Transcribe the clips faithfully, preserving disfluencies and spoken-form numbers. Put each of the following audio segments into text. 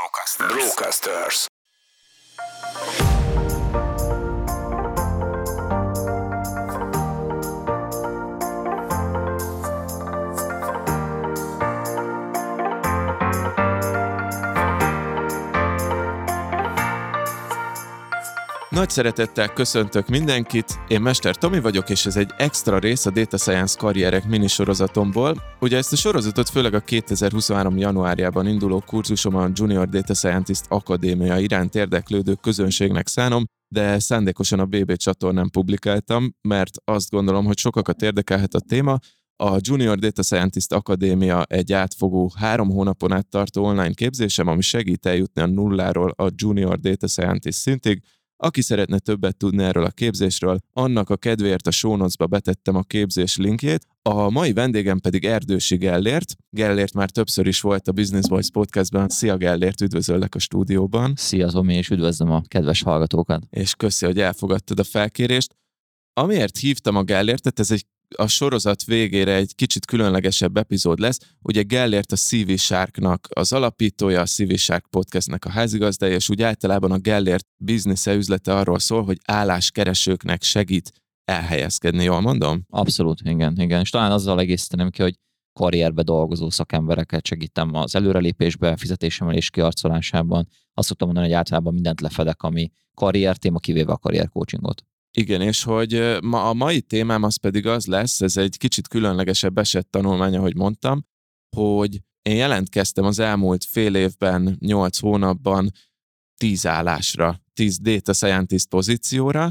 Brocasters. Brocasters. Nagy szeretettel köszöntök mindenkit, én Mester Tomi vagyok, és ez egy extra rész a Data Science karrierek minisorozatomból. Ugye ezt a sorozatot főleg a kétezer-huszonhárom januárjában induló kurzusom a Junior Data Scientist Akadémia iránt érdeklődő közönségnek szánom, de szándékosan a bé bé csatornán publikáltam, mert azt gondolom, hogy sokakat érdekelhet a téma. A Junior Data Scientist Akadémia egy átfogó három hónapon át tartó online képzésem, ami segít eljutni a nulláról a Junior Data Scientist szintig. Aki szeretne többet tudni erről a képzésről, annak a kedvéért a show notes-ba betettem a képzés linkjét. A mai vendégem pedig Erdősi Gellért. Gellért már többször is volt a Business Voice podcastban. Szia Gellért, üdvözöllek a stúdióban. Szia Tomi, és üdvözlöm a kedves hallgatókat. És köszi, hogy elfogadtad a felkérést. Amiért hívtam a Gellértet, ez egy a sorozat végére egy kicsit különlegesebb epizód lesz. Ugye Gellért a cé vé Shark-nak az alapítója, a cé vé Shark podcastnek a házigazdája, és úgy általában a Gellért biznisze, üzlete arról szól, hogy álláskeresőknek segít elhelyezkedni, jól mondom? Abszolút, igen, igen. És talán azzal egészíteném ki, hogy karrierbe dolgozó szakembereket segítem az előrelépésbe, fizetésemelés kiarcolásában. Azt szoktam mondani, hogy általában mindent lefedek, ami karriertéma, kivéve a karriercoachingot. Igen, és hogy ma a mai témám az pedig az lesz, ez egy kicsit különlegesebb esettanulmány, ahogy mondtam, hogy én jelentkeztem az elmúlt fél évben, nyolc hónapban tíz állásra, tíz data scientist pozícióra,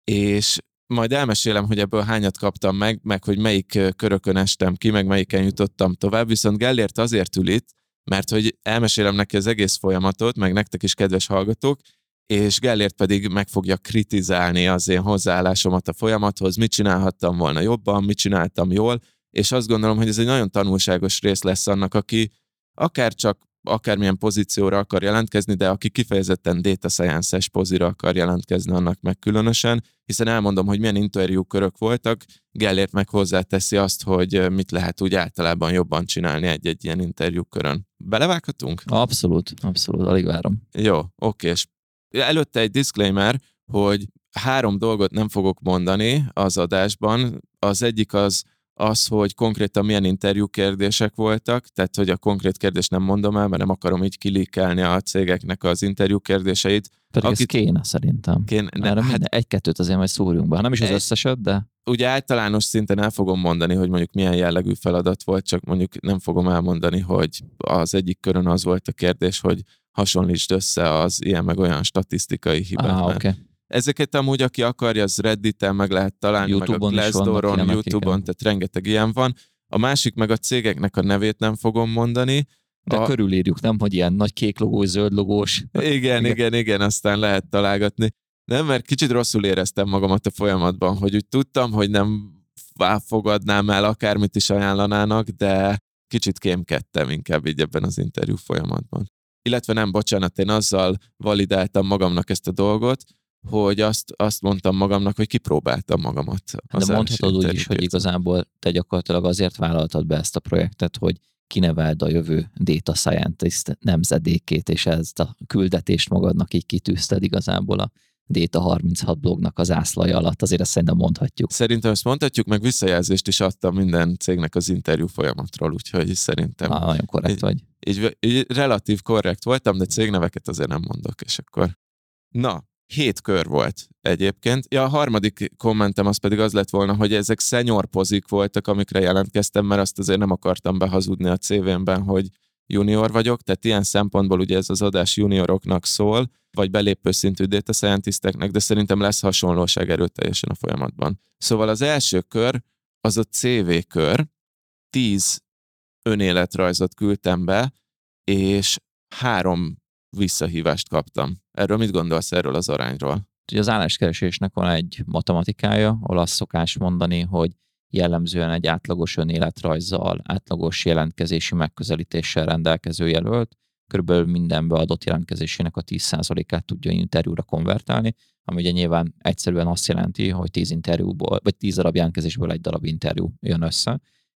és majd elmesélem, hogy ebből hányat kaptam meg, meg hogy melyik körökön estem ki, meg melyiken jutottam tovább, viszont Gellért azért ül itt, mert hogy elmesélem neki az egész folyamatot, meg nektek is, kedves hallgatók, és Gellért pedig meg fogja kritizálni az én hozzáállásomat a folyamathoz, mit csinálhattam volna jobban, mit csináltam jól, és azt gondolom, hogy ez egy nagyon tanulságos rész lesz annak, aki akár csak akármilyen pozícióra akar jelentkezni, de aki kifejezetten data science-es pozira akar jelentkezni, annak meg különösen, hiszen elmondom, hogy milyen interjúkörök voltak, Gellért meg hozzáteszi azt, hogy mit lehet úgy általában jobban csinálni egy-egy ilyen interjúkörön. Belevághatunk? Abszolút, abszolút, alig várom. Jó, oké, és előtte egy disclaimer, hogy három dolgot nem fogok mondani az adásban. Az egyik az az, hogy konkrétan milyen interjú kérdések voltak, tehát hogy a konkrét kérdést nem mondom el, mert nem akarom így kilikkelni a cégeknek az interjú kérdéseit. Pedig akit... ez kéne szerintem. Kéne, ne, hát... minden, egy-kettőt azért majd szúrjunk be. Nem is az egy... összeset, de... Ugye általános szinten el fogom mondani, hogy mondjuk milyen jellegű feladat volt, csak mondjuk nem fogom elmondani, hogy az egyik körön az volt a kérdés, hogy hasonlítsd össze az ilyen meg olyan statisztikai hibát. Ah, okay. Ezeket amúgy, aki akarja, az Redditen meg lehet találni, YouTube-on meg a Glassdooron, YouTube-on, tehát rengeteg ilyen van. A másik meg a cégeknek a nevét nem fogom mondani. De a... körülírjuk, nem, hogy ilyen nagy kék logós, zöld logós. Igen, igen, igen, igen, aztán lehet találgatni. Nem, mert kicsit rosszul éreztem magamat a folyamatban, hogy úgy tudtam, hogy nem fogadnám el, akármit is ajánlanának, de kicsit kémkedtem inkább így ebben az interjú folyamatban. Illetve nem, bocsánat, én azzal validáltam magamnak ezt a dolgot, hogy azt, azt mondtam magamnak, hogy kipróbáltam magamat. De mondhatod úgy is, hogy igazából te gyakorlatilag azért vállaltad be ezt a projektet, hogy kineveld a jövő data scientist nemzedékét, és ezt a küldetést magadnak így kitűzted igazából a Data harminchat blognak az ászlaja alatt, azért ezt szerintem mondhatjuk. Szerintem ezt mondhatjuk, meg visszajelzést is adtam minden cégnek az interjú folyamatról, úgyhogy szerintem... Ah, nagyon korrekt így, vagy. Így, így relatív korrekt voltam, de cégneveket azért nem mondok, és akkor... Na, hét kör volt egyébként. Ja, a harmadik kommentem az pedig az lett volna, hogy ezek senior pozik voltak, amikre jelentkeztem, mert azt azért nem akartam behazudni a cé vén-ben, hogy junior vagyok, tehát ilyen szempontból ugye ez az adás junioroknak szól, vagy belépő szintű data scientisteknek, de szerintem lesz hasonlóság erőteljesen a folyamatban. Szóval az első kör, az a cé vé kör, tíz önéletrajzot küldtem be, és három visszahívást kaptam. Erről mit gondolsz erről az arányról? Ugye az álláskeresésnek van egy matematikája, ahol azt szokás mondani, hogy jellemzően egy átlagos önéletrajzzal, átlagos jelentkezési megközelítéssel rendelkező jelölt körülbelül minden beadott jelentkezésének a tíz százalékát tudja interjúra konvertálni, ami ugye nyilván egyszerűen azt jelenti, hogy tíz interjúból, vagy tíz darab jelentkezésből egy darab interjú jön össze,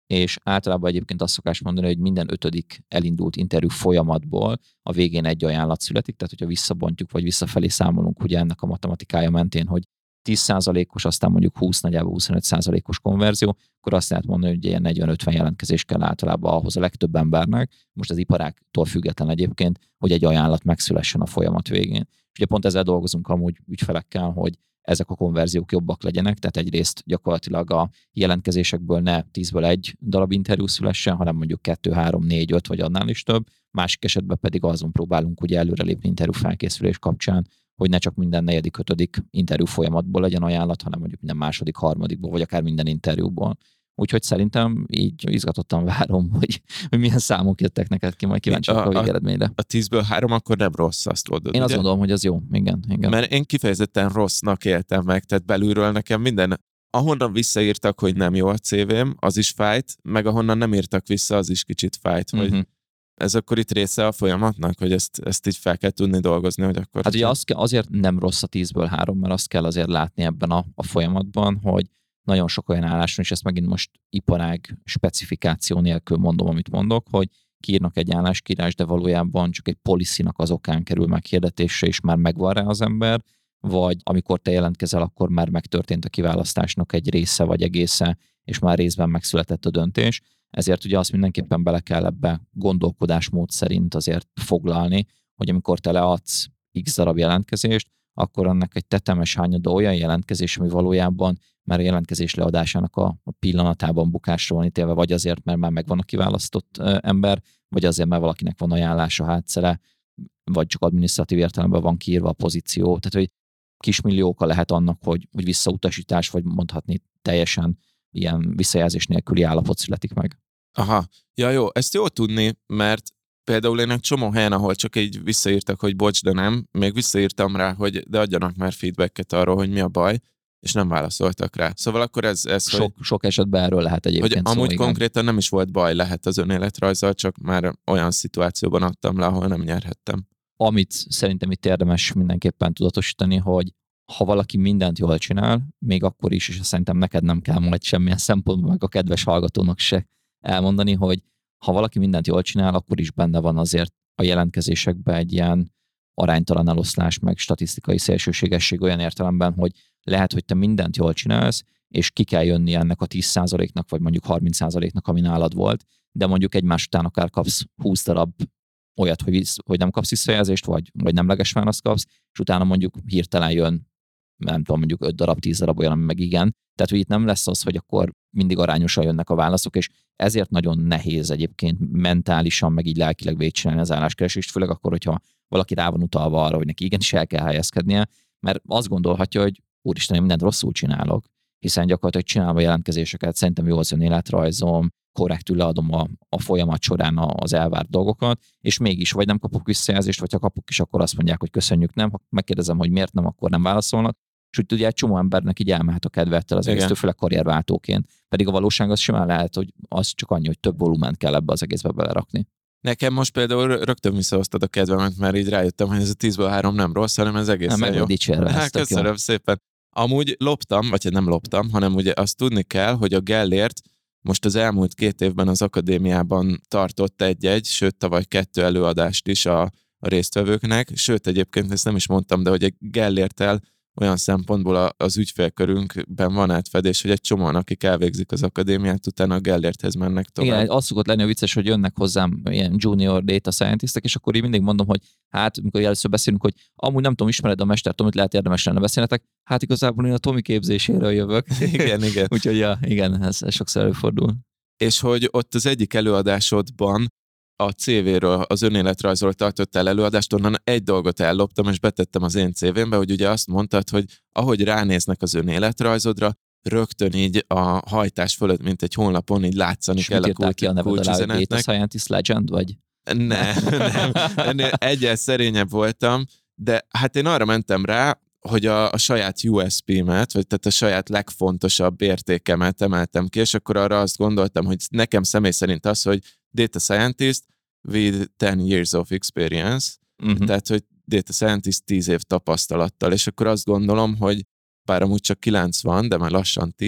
és általában egyébként azt szokás mondani, hogy minden ötödik elindult interjú folyamatból a végén egy ajánlat születik, tehát hogyha visszabontjuk, vagy visszafelé számolunk ugye ennek a matematikája mentén, hogy tíz százalékos, aztán mondjuk húsz, nagyjából huszonöt százalékos konverzió, akkor azt lehet mondani, hogy ilyen negyven-ötven jelentkezés kell általában ahhoz a legtöbb embernek, most az iparáktól független egyébként, hogy egy ajánlat megszülessen a folyamat végén. És ugye pont ezzel dolgozunk amúgy ügyfelekkel, hogy ezek a konverziók jobbak legyenek, tehát egyrészt gyakorlatilag a jelentkezésekből ne tízből egy darab interjú szülessen, hanem mondjuk kettő, három, négy, öt vagy annál is több, másik esetben pedig azon próbálunk ugye előrelépni interjú felkészülés kapcsán, hogy ne csak minden negyedik, ötödik interjú folyamatból legyen ajánlat, hanem mondjuk minden második, harmadikból, vagy akár minden interjúból. Úgyhogy szerintem így izgatottan várom, hogy, hogy milyen számok jöttek neked ki, majd kíváncsi vagyok a végeredményre. A tízből három akkor nem rossz, azt mondod. Én ugye? azt gondolom, hogy az jó, igen, igen. Mert én kifejezetten rossznak éltem meg, tehát belülről nekem minden, ahonnan visszaírtak, hogy nem jó a cé vém, az is fájt, meg ahonnan nem írtak vissza, az is kicsit fájt, hogy uh-huh. ez akkor itt része a folyamatnak, hogy ezt, ezt így fel kell tudni dolgozni, hogy akkor... Hát ugye az kell, azért nem rossz a tízből három, mert azt kell azért látni ebben a, a folyamatban, hogy nagyon sok olyan álláson, és ezt megint most iparág specifikáció nélkül mondom, amit mondok, hogy kiírnak egy álláskírás, de valójában csak egy policy-nak az okán kerül meghirdetésre, és már megvan rá az ember, vagy amikor te jelentkezel, akkor már megtörtént a kiválasztásnak egy része vagy egésze, és már részben megszületett a döntés. Ezért ugye azt mindenképpen bele kell ebbe gondolkodásmód szerint azért foglalni, hogy amikor te leadsz x darab jelentkezést, akkor annak egy tetemes hányada olyan jelentkezés, ami valójában már a jelentkezés leadásának a, a pillanatában bukásra van ítélve, vagy azért, mert már megvan a kiválasztott ember, vagy azért, mert valakinek van ajánlása hátszere, vagy csak adminisztratív értelemben van kiírva a pozíció. Tehát, hogy kismillió oka lehet annak, hogy, hogy visszautasítás, vagy mondhatni teljesen ilyen visszajelzés nélküli állapot születik meg. Aha, ja jó, ezt jó tudni, mert például én egy csomó helyen, ahol csak így visszaírtak, hogy bocs, de nem, még visszaírtam rá, hogy de adjanak már feedbacket arról, hogy mi a baj, és nem válaszoltak rá. Szóval akkor ez... ez sok, hogy, sok esetben erről lehet egyébként hogy szó, amúgy igen. konkrétan nem is volt baj, lehet az önéletrajzzal, csak már olyan szituációban adtam le, ahol nem nyerhettem. Amit szerintem itt érdemes mindenképpen tudatosítani, hogy ha valaki mindent jól csinál, még akkor is, és szerintem neked nem kell majd semmilyen szempontból, meg a kedves hallgatónak se elmondani, hogy ha valaki mindent jól csinál, akkor is benne van azért a jelentkezésekben egy ilyen aránytalan eloszlás, meg statisztikai szélsőségesség olyan értelemben, hogy lehet, hogy te mindent jól csinálsz, és ki kell jönni ennek a tíz százaléknak, vagy mondjuk harminc százaléknak, ami nálad volt, de mondjuk egymás után akár kapsz húsz darab olyat, hogy, visz, hogy nem kapsz visszajelzést, vagy, vagy nemleges választ kapsz, és utána mondjuk hirtelen jön, nem tudom, mondjuk öt darab, tíz darab olyan, ami meg igen. Tehát, hogy itt nem lesz az, hogy akkor mindig arányosan jönnek a válaszok, és ezért nagyon nehéz egyébként mentálisan, meg így lelkileg végigcsinálni az álláskeresést, főleg akkor, hogyha valaki rá van utalva arra, hogy neki igenis el kell helyezkednie, mert azt gondolhatja, hogy úristen, én mindent rosszul csinálok, hiszen gyakorlatilag csinálom a jelentkezéseket, szerintem jó az önéletrajzom, korrektül leadom a, a folyamat során az elvárt dolgokat, és mégis vagy nem kapok visszajelzést, vagy ha kapok is, akkor azt mondják, hogy köszönjük, nem. Ha megkérdezem, hogy miért nem, akkor nem válaszolnak. És úgy ugye egy csomó embernek így elmehet a kedvettel az egész, főleg karrierváltóként. Pedig a valóság az simán lehet, hogy az csak annyi, hogy több volument kell ebbe az egészbe belerakni. Nekem most például rögtön visszahoztad a kedvemet, mert így rájöttem, hogy ez a tízből három nem rossz, hanem ez egészen nem, jó. Dicsérve, hát, köszönöm jó. szépen. Amúgy loptam, vagy nem loptam, hanem ugye azt tudni kell, hogy a Gellért most az elmúlt két évben az akadémiában tartott egy-egy, sőt tavaly kettő előadást is a, a résztvevőknek, sőt egyébként ezt nem is mondtam, de hogy a Gellérttel olyan szempontból az ügyfélkörünkben van átfedés, hogy egy csomóan, akik elvégzik az akadémiát, utána a Gellérthez mennek tovább. Igen, az szokott lenni a vicces, hogy jönnek hozzám ilyen junior data scientistek, és akkor én mindig mondom, hogy hát, amikor először beszélünk, hogy amúgy nem tudom, ismered a Mester Tomit, lehet érdemes lenne beszélnetek, hát igazából én a Tomi képzéséről jövök. Igen, igen. Úgyhogy ja, igen, ez, ez sokszor előfordul. És hogy ott az egyik előadásodban a cé véről, az önéletrajzról tartottál előadást, onnan egy dolgot elloptam, és betettem az én cé vémbe, hogy ugye azt mondtad, hogy ahogy ránéznek az önéletrajzodra, rögtön így a hajtás fölött, mint egy honlapon, így látszani kell a kulcs, ki a kulcsüzenetnek. Data Scientist Legend, vagy? Nem, nem. Ennél egyel szerényebb voltam, de hát én arra mentem rá, hogy a, a saját u es pé-met, vagy tehát a saját legfontosabb értékemet emeltem ki, és akkor arra azt gondoltam, hogy nekem személy szerint az, hogy Data Scientist with ten years of experience, uh-huh. tehát, hogy Data Scientist tíz év tapasztalattal, és akkor azt gondolom, hogy bár amúgy csak kilenc van, de már lassan tíz,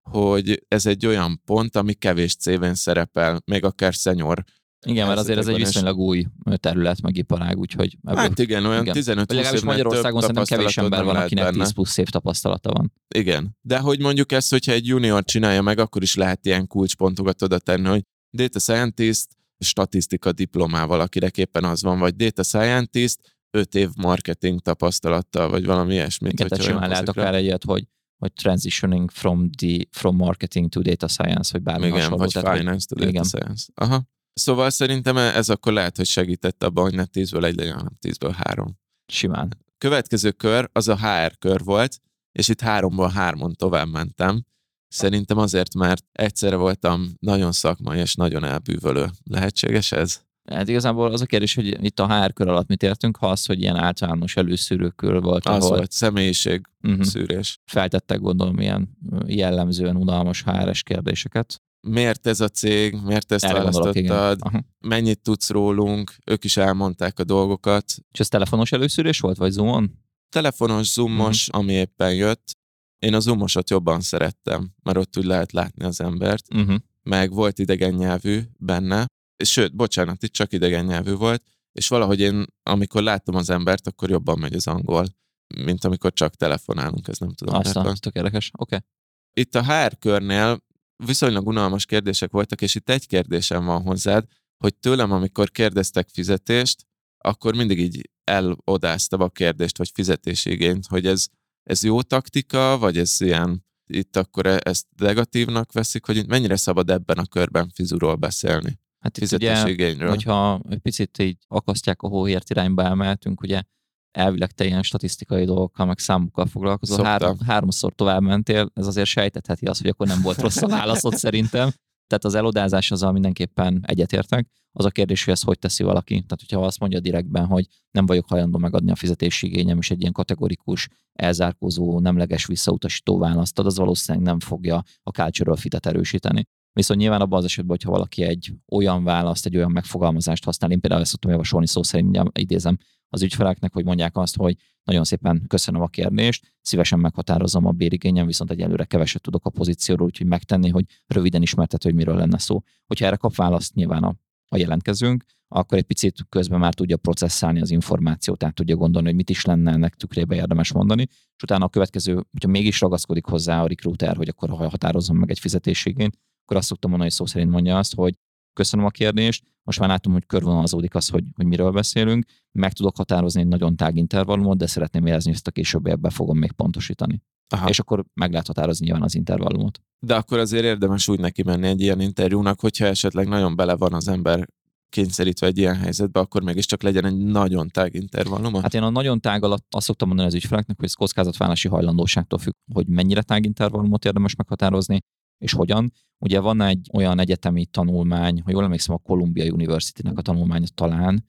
hogy ez egy olyan pont, ami kevés cévén szerepel, még akár senior. Igen, mert azért ez egy viszonylag új terület, meg iparág, úgyhogy... Ebből, hát igen, olyan tizenöt-húsz évnél Magyarországon szerintem kevés ember van, akinek benne. tíz plusz év tapasztalata van. Igen, de hogy mondjuk ezt, hogyha egy junior csinálja meg, akkor is lehet ilyen kulcspontokat oda tenni, hogy data scientist, statisztika diplomával, akinek éppen az van, vagy data scientist, öt év marketing tapasztalattal, vagy valami ilyesmit. Igen, tehát simán lehet akár egyet, hogy hogy transitioning from the from marketing to data science, vagy bármi igen, hasonló. Vagy tehát, finance to data igen. science. Aha. Szóval szerintem ez akkor lehet, hogy segített abban, hogy ne tízből egy legyen, hanem tízből három. Simán. Következő kör, az a há er kör volt, és itt háromból hármon tovább mentem. Szerintem azért, mert egyszerre voltam nagyon szakmai és nagyon elbűvölő. Lehetséges ez? Hát igazából az a kérdés, hogy itt a há er kör alatt mit értünk, ha az, hogy ilyen általános előszűrőkör volt. Az ahol volt, személyiség uh-huh. szűrés. Feltettek gondolom ilyen jellemzően unalmas há er-es kérdéseket. Miért ez a cég, miért ezt Erre választottad, mennyit tudsz rólunk, ők is elmondták a dolgokat. És ez telefonos előszűrés volt, vagy Zoomon? Telefonos, Zoomos, uh-huh. ami éppen jött. Én a Zoomosot jobban szerettem, mert ott úgy lehet látni az embert, uh-huh. meg volt idegen nyelvű benne, és sőt, bocsánat, itt csak idegen nyelvű volt, és valahogy én, amikor látom az embert, akkor jobban megy az angol, mint amikor csak telefonálunk, ez nem tudom. Aztán, ez tök érdekes, oké. Okay. Itt a há er körnél viszonylag unalmas kérdések voltak, és itt egy kérdésem van hozzád, hogy tőlem, amikor kérdeztek fizetést, akkor mindig így elodáztam a kérdést, vagy fizetési igényt, hogy ez, ez jó taktika, vagy ez ilyen, itt akkor ezt negatívnak veszik, hogy mennyire szabad ebben a körben fizúról beszélni. Hát itt ugye, hogyha egy picit így akasztják a hóhért irányba emeltünk, ugye elvileg te ilyen statisztikai dolgokkal, meg számokkal foglalkozol, három, háromszor tovább mentél, ez azért sejtetheti azt, hogy akkor nem volt rossz a válaszod szerintem. Tehát az elodázás azzal mindenképpen egyetértek. Az a kérdés, hogy ezt hogy teszi valaki. Tehát, hogyha azt mondja direktben, hogy nem vagyok hajlandó megadni a fizetési igényem, és egy ilyen kategorikus, elzárkózó, nemleges, visszautasító választ ad, az valószínűleg nem fogja a cultural fitet erősíteni. Viszont nyilván abban az esetben, hogyha valaki egy olyan választ, egy olyan megfogalmazást használ, én például ezt szoktam javasolni, szó szerint idézem az ügyfeleknek, hogy mondják azt, hogy nagyon szépen köszönöm a kérdést, szívesen meghatározom a bérigényem, viszont egyelőre keveset tudok a pozícióról, úgyhogy megtenni, hogy röviden ismertető, hogy miről lenne szó. Hogyha erre kap választ nyilván a, a jelentkezőnk, akkor egy picit közben már tudja processzálni az információt, tehát tudja gondolni, hogy mit is lenne ennek tükrébe érdemes mondani, és utána a következő, hogyha mégis ragaszkodik hozzá a recruiter, hogy akkor határozzon meg egy fizetésigényt, akkor azt szoktam mondani, hogy szó szerint mondja azt, hogy köszönöm a kérdést, most már látom, hogy körvonalazódik az, hogy, hogy miről beszélünk, meg tudok határozni egy nagyon tág intervallumot, de szeretném érezni, hogy ezt a későbbiekben fogom még pontosítani. Aha. És akkor meg lehet határozni nyilván az intervallumot. De akkor azért érdemes úgy neki menni egy ilyen interjúnak, hogyha esetleg nagyon bele van az ember kényszerítve egy ilyen helyzetbe, akkor mégiscsak legyen egy nagyon tág intervalluma? Hát én a nagyon tág alatt azt szoktam mondani az ügyfeleknek, hogy ez kockázatvállalási hajlandóságtól függ, hogy mennyire tág intervallumot érdemes meghatározni, és hogyan. Ugye van egy olyan egyetemi tanulmány, ha jól emlékszem, a Columbia University-nek a tanulmánya talán,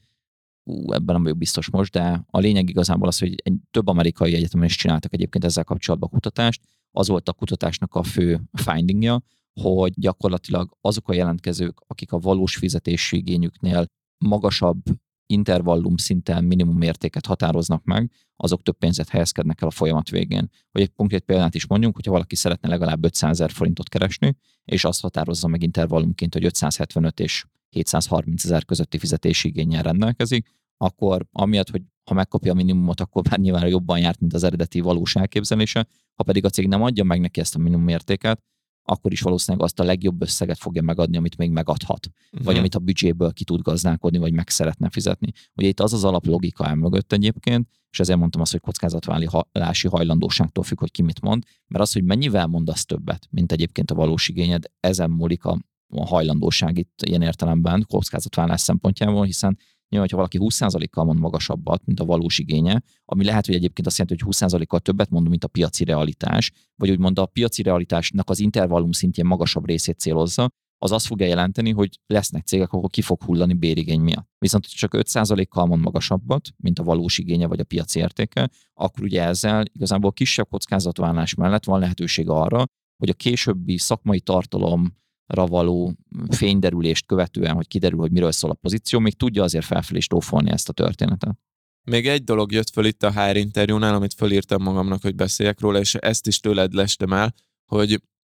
ú, ebben nem vagyok biztos most, de a lényeg igazából az, hogy egy, több amerikai egyetemen is csináltak egyébként ezzel kapcsolatban kutatást. Az volt a kutatásnak a fő findingja, hogy gyakorlatilag azok a jelentkezők, akik a valós fizetési igényüknél magasabb intervallum szinten minimum értéket határoznak meg, azok több pénzet helyezkednek el a folyamat végén. Hogy egy konkrét példát is mondjunk, hogyha valaki szeretne legalább ötszázezer forintot keresni, és azt határozza meg intervallumként, hogy ötszázhetvenöt és hétszázharminc ezer közötti fizetési igénnyel rendelkezik, akkor amiatt, hogy ha megkapja a minimumot, akkor már nyilván jobban járt, mint az eredeti valós elképzelése, ha pedig a cég nem adja meg neki ezt a minimum értéket, akkor is valószínűleg azt a legjobb összeget fogja megadni, amit még megadhat. Uh-huh. Vagy amit a büdzséből ki tud gazdálkodni, vagy meg szeretne fizetni. Ugye itt az az alaplogika el mögött egyébként, és ezért mondtam azt, hogy kockázatvállalási hajlandóságtól függ, hogy ki mit mond, mert az, hogy mennyivel mondasz többet, mint egyébként a valós igényed, ezen múlik a, a hajlandóság itt ilyen értelemben kockázatvállalás szempontjából, hiszen nyilván, hogyha valaki húsz százalékkal mond magasabbat, mint a valós igénye, ami lehet, hogy egyébként azt jelenti, hogy húsz százalékkal többet mond, mint a piaci realitás, vagy úgymond a piaci realitásnak az intervallum szintjén magasabb részét célozza, az azt fogja jelenteni, hogy lesznek cégek, ahol ki fog hullani bérigény miatt. Viszont, ha csak öt százalékkal mond magasabbat, mint a valós igénye vagy a piaci értéke, akkor ugye ezzel igazából kisebb kockázatvállalás mellett van lehetőség arra, hogy a későbbi szakmai tartalom való fényderülést követően, hogy kiderül, hogy miről szól a pozíció, még tudja azért felfelé stófolni ezt a történetet. Még egy dolog jött föl itt a há er interjúnál, amit fölírtam magamnak, hogy beszéljek róla, és ezt is tőled lestem el, hogy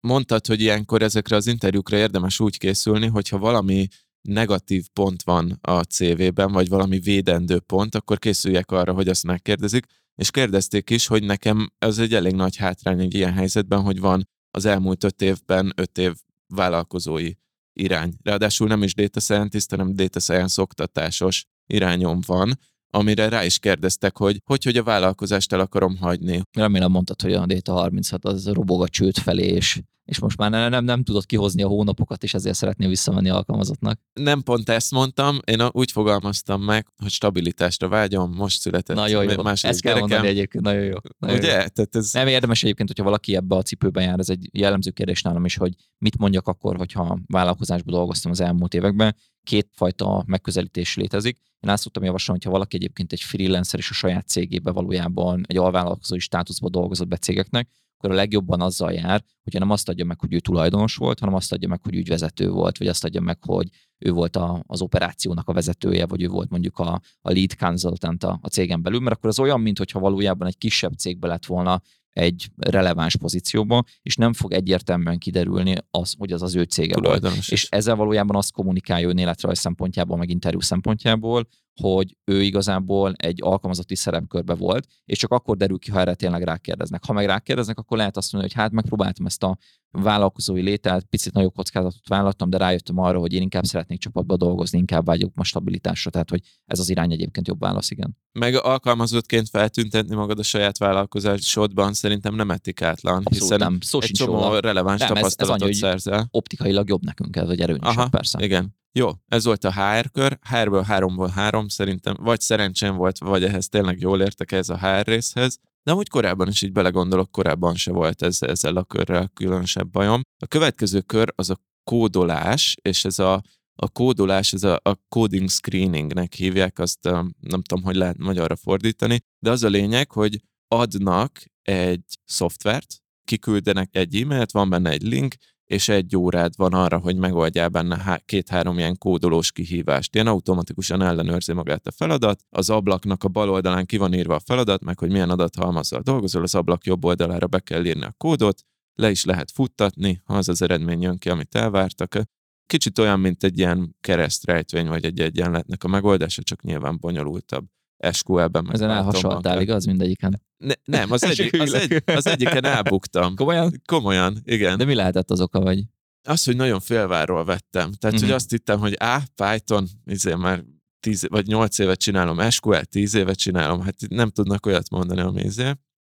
mondtad, hogy ilyenkor ezekre az interjúkra érdemes úgy készülni, hogyha valami negatív pont van a cé vében, vagy valami védendő pont, akkor készüljek arra, hogy azt megkérdezik, és kérdezték is, hogy nekem ez egy elég nagy hátrány egy ilyen helyzetben, hogy van az elmúlt öt évben öt év vállalkozói irány. Ráadásul nem is data scientist, hanem data science oktatásos irányom van, amire rá is kérdeztek, hogy hogy, hogy a vállalkozást el akarom hagyni. Remélem mondtad, hogy a Data harminchat az robog a csőd felé, és, és most már nem, nem, nem tudod kihozni a hónapokat, és ezért szeretnél visszamenni alkalmazottnak. Nem pont ezt mondtam, én úgy fogalmaztam meg, hogy stabilitásra vágyom, most született. Na jó, jó. Ezt kell gyerekem. mondani egyébként, nagyon jó. Nagyon Ugye? Jó. Tehát ez... Nem érdemes egyébként, hogyha valaki ebbe a cipőben jár, ez egy jellemző kérdés nálam is, hogy mit mondjak akkor, hogyha vállalkozásban dolgoztam az elmúlt években. Kétfajta megközelítés létezik. Én azt tudtam javasolni, hogyha valaki egyébként egy freelancer és a saját cégébe valójában egy alvállalkozói státuszban dolgozott be cégeknek, akkor a legjobban azzal jár, hogyha nem azt adja meg, hogy ő tulajdonos volt, hanem azt adja meg, hogy ügyvezető volt, vagy azt adja meg, hogy ő volt a, az operációnak a vezetője, vagy ő volt mondjuk a, a lead consultant a, a cégen belül, mert akkor az olyan, mintha valójában egy kisebb cégbe lett volna egy releváns pozícióba, és nem fog egyértelműen kiderülni az, hogy az az ő cége volt. És ezzel valójában azt kommunikálja önéletrajz szempontjából, meg interjú szempontjából, hogy ő igazából egy alkalmazotti szerepkörbe volt, és csak akkor derül ki, ha erre tényleg rákérdeznek. Ha meg rákérdeznek, akkor lehet azt mondani, hogy hát megpróbáltam ezt a vállalkozói lételt, picit nagyobb kockázatot vállaltam, de rájöttem arra, hogy én inkább szeretnék csapatba dolgozni, inkább vágyok ma stabilitásra, tehát hogy ez az irány egyébként jobb válasz, igen. Meg alkalmazottként feltüntetni magad a saját vállalkozásodban szerintem nem etikátlan, Abszolút hiszen nem. Szó egy sincs csomó róla. releváns Nem, ez, tapasztalatot ez annyi, szerzel. Optikailag jobb nekünk ez, vagy erőnyösebb. Aha, persze. Igen. Jó, ez volt a há er kör. há erből háromból három szerintem, vagy szerencsém volt, vagy ehhez tényleg jól értek ez a há er részhez. De amúgy korábban is így belegondolok, korábban se volt ez, ezzel a körrel különösebb bajom. A következő kör az a kódolás, és ez a, a kódolás, ez a, a coding screeningnek hívják, azt nem tudom, hogy lehet magyarra fordítani, de az a lényeg, hogy adnak egy szoftvert, kiküldenek egy e-mailt, van benne egy link, és egy órád van arra, hogy megoldjál benne két-három ilyen kódolós kihívást. Ilyen automatikusan ellenőrzi magát a feladat, az ablaknak a bal oldalán ki van írva a feladat, meg hogy milyen adathalmazzal dolgozol, az ablak jobb oldalára be kell írni a kódot, le is lehet futtatni, ha az az eredmény jön ki, amit elvártak. Kicsit olyan, mint egy ilyen keresztrejtvény, vagy egy egyenletnek a megoldása, csak nyilván bonyolultabb. es kú el-ben. Ezen elhasonltál, igaz, mindegyiken? Ne, nem, az, egyik, az, egy, az egyiken elbuktam. Komolyan? Komolyan, igen. De mi lehetett az oka, vagy? Az, hogy nagyon félvárról vettem. Tehát, uh-huh. hogy azt hittem, hogy á, Python, izé már tíz vagy nyolc évet csinálom, es kú el tíz évet csinálom, hát nem tudnak olyat mondani, ami izé.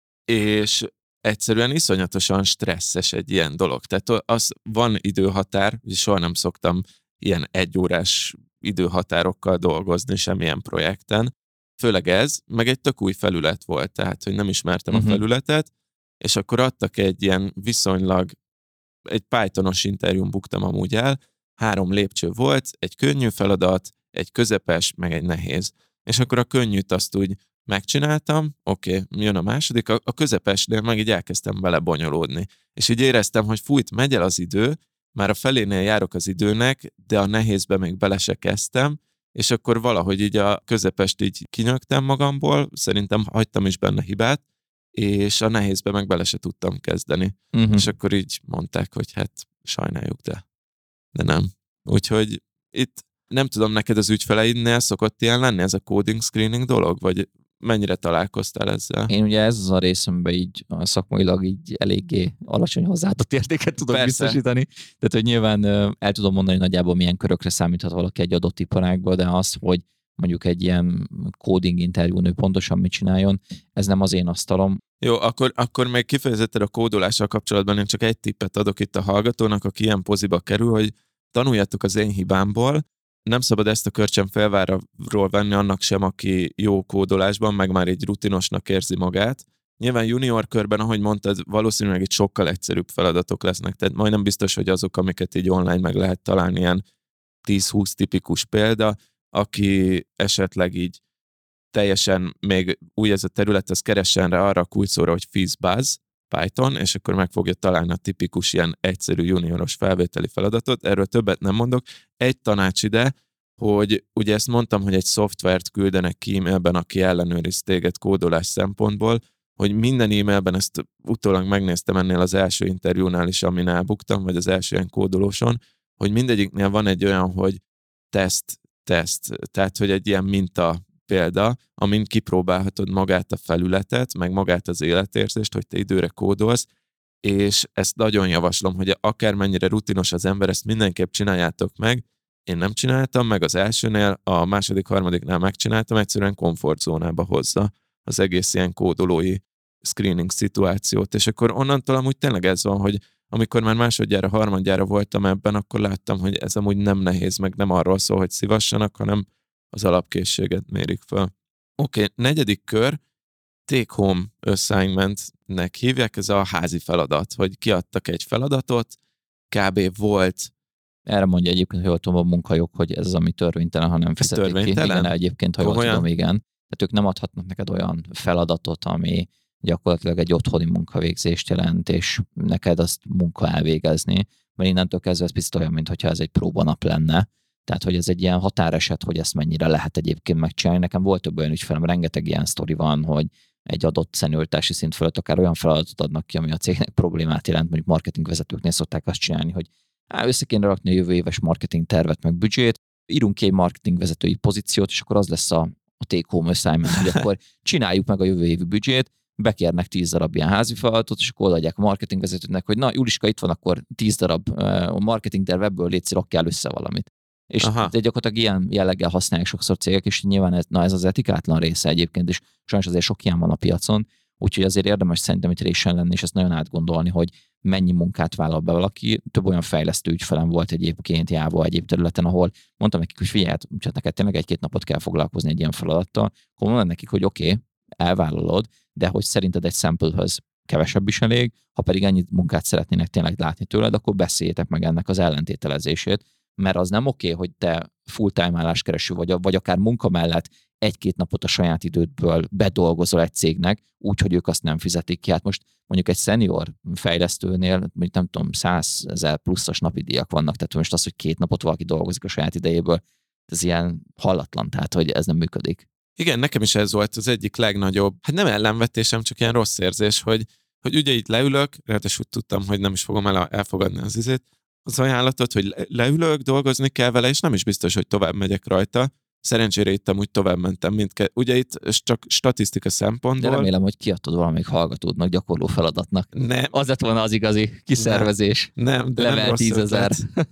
És egyszerűen iszonyatosan stresszes egy ilyen dolog. Tehát az van időhatár, és soha nem szoktam ilyen egyórás időhatárokkal dolgozni semmilyen projekten. Főleg ez, meg egy tök új felület volt, tehát, hogy nem ismertem uh-huh. a felületet, és akkor adtak egy ilyen viszonylag, egy Pythonos interjún buktam amúgy el, három lépcső volt, egy könnyű feladat, egy közepes, meg egy nehéz. És akkor a könnyűt azt úgy megcsináltam, oké, okay, jön a második, a, a közepesnél meg így elkezdtem vele bonyolódni. És így éreztem, hogy fújt, megy el az idő, már a felénél járok az időnek, de a nehézbe még bele se kezdtem, és akkor valahogy így a közepest így kinyögtem magamból, szerintem hagytam is benne hibát, és a nehézbe meg bele se tudtam kezdeni. Uh-huh. És akkor így mondták, hogy hát sajnáljuk, de, de nem. Úgyhogy itt nem tudom, neked az ügyfeleidnél szokott ilyen lenni ez a coding screening dolog, vagy mennyire találkoztál ezzel? Én ugye ez az a részemben így szakmailag így eléggé alacsony hozzáadott értéket tudok Persze. biztosítani. Tehát, hogy nyilván el tudom mondani nagyjából milyen körökre számíthat valaki egy adott iparágban, de azt, hogy mondjuk egy ilyen coding interjún ő pontosan mit csináljon, ez nem az én asztalom. Jó, akkor, akkor még kifejezetten a kódolással kapcsolatban én csak egy tippet adok itt a hallgatónak, aki ilyen poziba kerül, hogy tanuljatok az én hibámból, nem szabad ezt a kört sem felváraról venni annak sem, aki jó kódolásban, meg már egy rutinosnak érzi magát. Nyilván junior körben, ahogy mondtad, valószínűleg itt sokkal egyszerűbb feladatok lesznek, tehát majdnem biztos, hogy azok, amiket így online meg lehet találni, ilyen tíz-húsz tipikus példa, aki esetleg így teljesen még új ez a terület, az keressen rá arra a kulcsszóra, hogy FizzBuzz, Python, és akkor meg fogja találni a tipikus ilyen egyszerű junioros felvételi feladatot. Erről többet nem mondok. Egy tanács ide, hogy ugye ezt mondtam, hogy egy szoftvert küldenek ki e-mailben, aki ellenőriz téged kódolás szempontból. hogy minden e-mailben, ezt utólag megnéztem ennél az első interjúnál is, amin elbuktam, vagy az első ilyen kódolóson, hogy mindegyiknél van egy olyan, hogy teszt, teszt, tehát hogy egy ilyen minta példa, amin kipróbálhatod magát a felületet, meg magát az életérzést, hogy te időre kódolsz, és ezt nagyon javaslom, hogy akármennyire rutinos az ember, ezt mindenképp csináljátok meg. Én nem csináltam, meg az elsőnél, a második, harmadiknál megcsináltam, egyszerűen komfortzónába hozza az egész ilyen kódolói screening szituációt, és akkor onnantól amúgy tényleg ez van, hogy amikor már másodjára, harmadjára voltam ebben, akkor láttam, hogy ez amúgy nem nehéz, meg nem arról szól, hogy szívassanak, hanem az alapkészséget mérik fel. Oké, okay, negyedik kör, take home assignmentnek hívják, ez a házi feladat, hogy kiadtak egy feladatot, kb. Volt. Erre mondja egyébként, hogy jól tudom, a munkajog, hogy ez az, ami törvénytelen, ha nem fizetik ki. Igen, egyébként, ha jól tudom, igen. Tehát ők nem adhatnak neked olyan feladatot, ami gyakorlatilag egy otthoni munkavégzést jelent, és neked azt munka elvégezni, mert innentől kezdve ez biztos olyan, mintha ez egy próbanap lenne. Tehát, hogy ez egy ilyen határeset, hogy ezt mennyire lehet egyébként megcsinálni. Nekem volt több olyan ügyfelem, rengeteg ilyen sztori van, hogy egy adott szenioritási szint fölött akár olyan feladatot adnak ki, ami a cégnek problémát jelent, mondjuk marketingvezetőknél szokták azt csinálni, hogy á, össze kéne rakni a jövő éves marketing tervet, meg büdzsét, írunk ki egy marketingvezetői pozíciót, és akkor az lesz a, a take home assignment, hogy akkor csináljuk meg a jövő évi büdzsét, bekérnek tíz darab ilyen házi feladatot, és akkor odaadják a marketingvezetőnek, hogy na, Juliska, itt van, akkor tíz darab uh, marketing terv, ebből légy rakjál össze valamit. És de gyakorlatilag ilyen jelleggel használják sokszor cégek, és nyilván ez, na ez az etikátlan része egyébként, és sajnos azért sok ilyen van a piacon, úgyhogy azért érdemes szerintem itt résen lenni, és ezt nagyon átgondolni, hogy mennyi munkát vállal be valaki. Több olyan fejlesztő ügyfelem volt egyébként Java egyéb területen, ahol mondtam nekik, hogy figyelj, úgyhogy neked tényleg egy-két napot kell foglalkozni egy ilyen feladattal, akkor mondom nekik, hogy oké, okay, elvállalod, de hogy szerinted egy sample-höz kevesebb is elég, ha pedig ennyit munkát szeretnének tényleg látni tőled, akkor beszéljétek meg ennek az ellentételezését, mert az nem oké, okay, hogy te full-time álláskereső vagy, vagy akár munka mellett egy-két napot a saját idődből bedolgozol egy cégnek, úgy, hogy ők azt nem fizetik ki. Hát most mondjuk egy senior fejlesztőnél, mondjuk nem tudom, százezer pluszos napi díjak vannak, tehát most az, hogy két napot valaki dolgozik a saját idejéből, ez ilyen hallatlan, tehát hogy ez nem működik. Igen, nekem is ez volt az egyik legnagyobb, hát nem ellenvetésem, csak ilyen rossz érzés, hogy, hogy ugye itt leülök, ráadásul tudtam, hogy nem is fogom el, elfogadni az izét, az ajánlatot, hogy leülök, dolgozni kell vele, és nem is biztos, hogy tovább megyek rajta. Szerencsére itt amúgy tovább mentem mindke. Ugye itt csak statisztika szempontból. De remélem, hogy kiadtad valamelyik hallgatódnak gyakorló feladatnak. Nem. Az lett volna az igazi kiszervezés. Nem, nem de level nem rossz tízezer.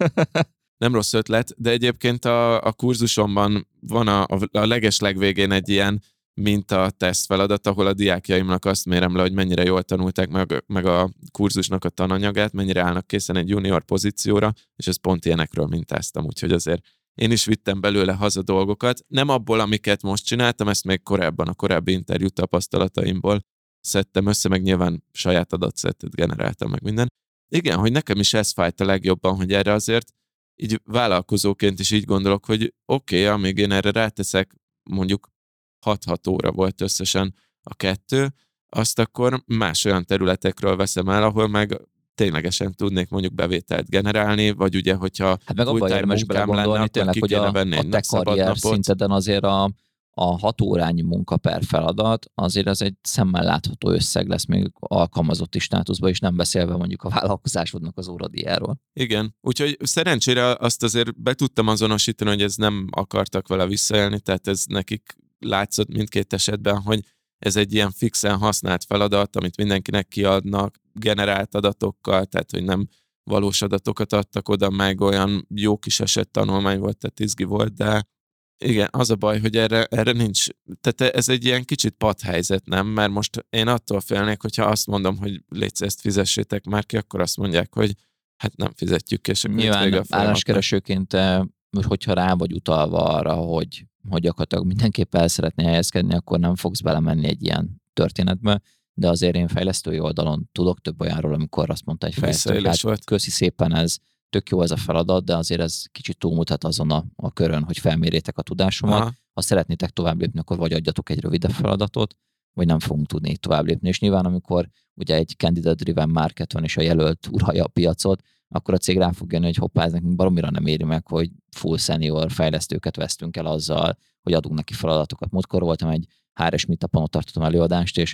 Nem rossz ötlet, de egyébként a, a kurzusomban van a, a, a leges legvégén egy ilyen minta teszt feladat, ahol a diákjaimnak azt mérem le, hogy mennyire jól tanulták meg, meg a kurzusnak a tananyagát, mennyire állnak készen egy junior pozícióra, és ezt pont ilyenekről mintáztam, úgyhogy azért én is vittem belőle haza dolgokat. Nem abból, amiket most csináltam, ezt még korábban, a korábbi interjú tapasztalataimból szedtem össze, meg nyilván saját adatszettet generáltam, meg minden. Igen, hogy nekem is ez fájt a legjobban, hogy erre azért így vállalkozóként is így gondolok, hogy oké, okay, amíg én erre ráteszek, mondjuk hat-hat óra volt összesen a kettő, azt akkor más olyan területekről veszem el, ahol meg ténylegesen tudnék mondjuk bevételt generálni, vagy ugye, hogyha hát meg abban érdemes belegondolni tényleg, hogy a, a te karrier szinteden azért a, a hat órányi munka per feladat, azért az egy szemmel látható összeg lesz még alkalmazotti státuszban, és nem beszélve mondjuk a vállalkozásodnak az óradíjáról. Igen, úgyhogy szerencsére azt azért be tudtam azonosítani, hogy ez nem akartak vele visszaélni, tehát ez nekik látszott mindkét esetben, hogy ez egy ilyen fixen használt feladat, amit mindenkinek kiadnak, generált adatokkal, tehát hogy nem valós adatokat adtak oda, meg olyan jó kis eset tanulmány volt, tehát izgi volt, de igen, az a baj, hogy erre, erre nincs, tehát ez egy ilyen kicsit padhelyzet, nem? Mert most én attól félnék, hogyha azt mondom, hogy légy ezt fizessétek már ki, akkor azt mondják, hogy hát nem fizetjük, és akkor nyilván álláskeresőként, hogyha rá vagy utalva arra, hogy, hogy gyakorlatilag mindenképp el szeretné helyezkedni, akkor nem fogsz belemenni egy ilyen történetbe, de azért én fejlesztői oldalon tudok több olyanról, amikor azt mondta egy fejlesztő, hát köszi szépen, ez tök jó ez a feladat, de azért ez kicsit túlmutat azon a, a körön, hogy felmérjétek a tudásomat. Aha. Ha szeretnétek tovább lépni, akkor vagy adjatok egy rövidebb feladatot, vagy nem fogunk tudni így tovább lépni. És nyilván, amikor ugye egy candidate-driven market van, és a jelölt uralja a piacot, akkor a cég rá fog jönni, hogy hoppá, ez nekünk baromira nem éri meg, hogy full senior fejlesztőket vesztünk el azzal, hogy adunk neki feladatokat. Múltkor voltam egy há er es meetupon, ott tartottam előadást, és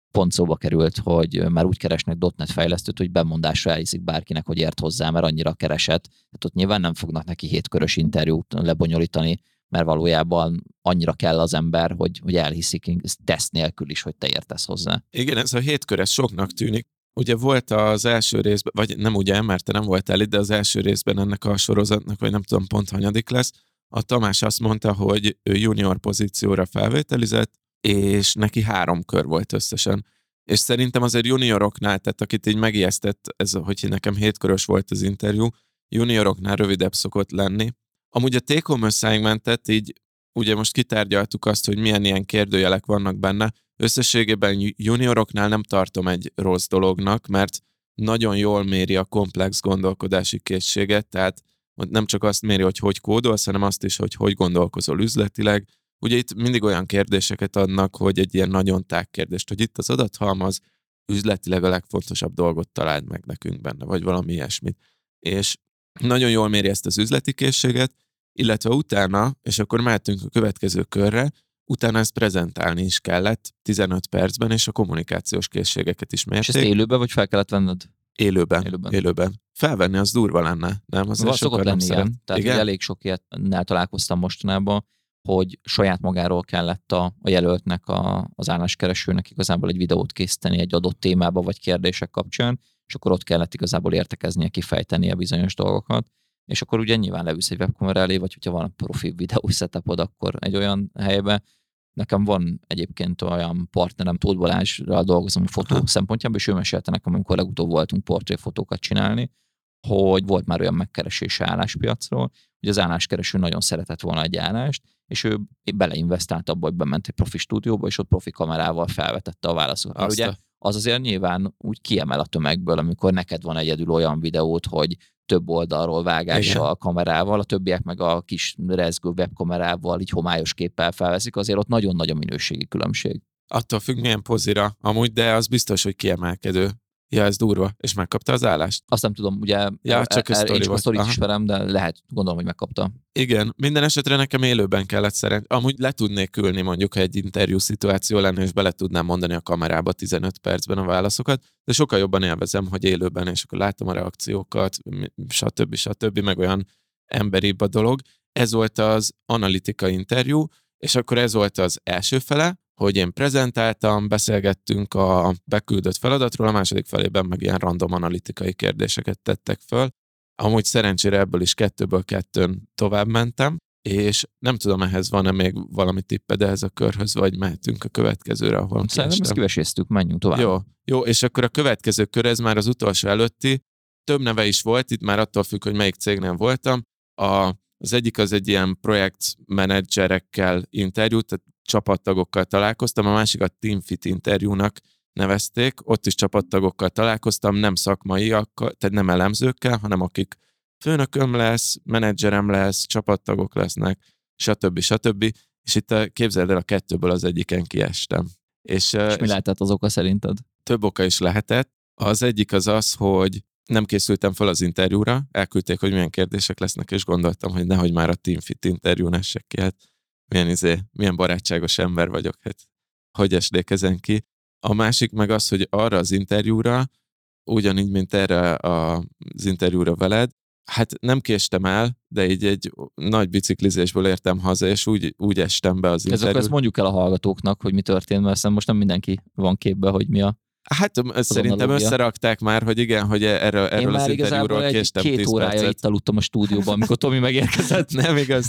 pont szóba került, hogy már úgy keresnek dot net fejlesztőt, hogy bemondásra elhiszik bárkinek, hogy ért hozzá, mert annyira keresett. Tehát ott nyilván nem fognak neki hétkörös interjút lebonyolítani, mert valójában annyira kell az ember, hogy, hogy elhiszik teszt nélkül is, hogy te értesz hozzá. Igen, ez a hétkör, ez soknak tűnik. Ugye volt az első részben, vagy nem ugye, mert te nem voltál itt, de az első részben ennek a sorozatnak, vagy nem tudom pont hanyadik lesz, a Tamás azt mondta, hogy ő junior pozícióra felvételizett, és neki három kör volt összesen. És szerintem azért junioroknál, tehát akit így megijesztett, ez, hogy nekem hétkörös volt az interjú, junioroknál rövidebb szokott lenni. Amúgy a take-home összeingmentett, így ugye most kitárgyaltuk azt, hogy milyen ilyen kérdőjelek vannak benne. Összességében junioroknál nem tartom egy rossz dolognak, mert nagyon jól méri a komplex gondolkodási készséget, tehát nem csak azt méri, hogy hogy kódolsz, hanem azt is, hogy hogy gondolkozol üzletileg. Ugye itt mindig olyan kérdéseket adnak, hogy egy ilyen nagyon tág kérdést, hogy itt az adathalmaz, üzletileg a legfontosabb dolgot találd meg nekünk benne, vagy valami ilyesmit. És nagyon jól méri ezt az üzleti készséget, illetve utána, és akkor mehetünk a következő körre, utána ezt prezentálni is kellett tizenöt percben, és a kommunikációs készségeket is mérték. És ezt élőben, vagy fel kellett venned? Élőben, élőben. élőben. Felvenni az durva lenne, nem? Az Van, szokott lenni ilyen. Tehát igen? Elég sok ilyennel találkoztam mostanában, hogy saját magáról kellett a, a jelöltnek, a, az álláskeresőnek igazából egy videót készíteni egy adott témába, vagy kérdések kapcsán, és akkor ott kellett igazából értekeznie, kifejtenie bizonyos dolgokat. És akkor ugye nyilván leülsz egy webkamera elé, vagy hogyha van profi videó setupod, akkor egy olyan helybe. Nekem van egyébként olyan partnerem, Tóth Balázsral dolgozom fotó Aha. szempontjából, és ő mesélte nekem, amikor legutóbb voltunk portréfotókat csinálni, hogy volt már olyan megkeresése álláspiacról, hogy az álláskereső nagyon szeretett volna egy állást, és ő beleinvestált abba, hogy bement egy profi stúdióba, és ott profi kamerával felvetette a válaszokat. Mert ugye az azért nyilván úgy kiemel a tömegből, amikor neked van egyedül olyan videót, hogy több oldalról vágással, Igen. kamerával, a többiek meg a kis rezgő webkamerával, így homályos képpel felveszik, azért ott nagyon nagy a minőségi különbség. Attól függ, milyen pozira amúgy, de az biztos, hogy kiemelkedő. Ja, ez durva. És megkapta az állást? Azt nem tudom, ugye ja, csak er, er, én csak a sztorit ismerem, de lehet, gondolom, hogy megkapta. Igen, minden esetre nekem élőben kellett szerint. Amúgy le tudnék ülni mondjuk, ha egy interjú szituáció lenne, és bele tudnám mondani a kamerába tizenöt percben a válaszokat, de sokkal jobban élvezem, hogy élőben, és akkor látom a reakciókat, stb. stb. Meg olyan emberibb a dolog. Ez volt az analitika interjú, és akkor ez volt az első fele, hogy én prezentáltam, beszélgettünk a beküldött feladatról, a második felében meg ilyen random analitikai kérdéseket tettek föl. Amúgy szerencsére ebből is kettőből kettőn tovább mentem, és nem tudom, ehhez van-e még valami tipped ehhez a körhöz, vagy mehetünk a következőre, ahol Szerintem ezt kiveséztük, menjünk tovább. Jó, jó, és akkor a következő kör, ez már az utolsó előtti, több neve is volt, itt már attól függ, hogy melyik cégnél voltam. A, az egyik az egy ilyen projektmenedzserekkel interjú, tehát csapattagokkal találkoztam, a másik a Teamfit interjúnak nevezték, ott is csapattagokkal találkoztam, nem szakmaiakkal, tehát nem elemzőkkel, hanem akik főnököm lesz, menedzserem lesz, csapattagok lesznek, stb. stb. És itt a, képzeld el, a kettőből az egyiken kiestem. És, és mi lehetett az oka szerinted? Több oka is lehetett. Az egyik az az, hogy nem készültem fel az interjúra, elküldték, hogy milyen kérdések lesznek, és gondoltam, hogy nehogy már a Teamfit interjún essek ki, hát milyen, izé, milyen barátságos ember vagyok, hát hogy esnék ezen ki. A másik meg az, hogy arra az interjúra, ugyanígy, mint erre az interjúra veled, hát nem késtem el, de így egy nagy biciklizésből értem haza, és úgy, úgy estem be az interjúra. Ezek ezt mondjuk el a hallgatóknak, hogy mi történt, mert most nem mindenki van képbe, hogy mi a Hát szerintem analogia. Összerakták már, hogy igen, hogy erről, erről az interjúról késtem két órája percet. Itt aludtam a stúdióban, amikor Tomi megérkezett. Nem igaz,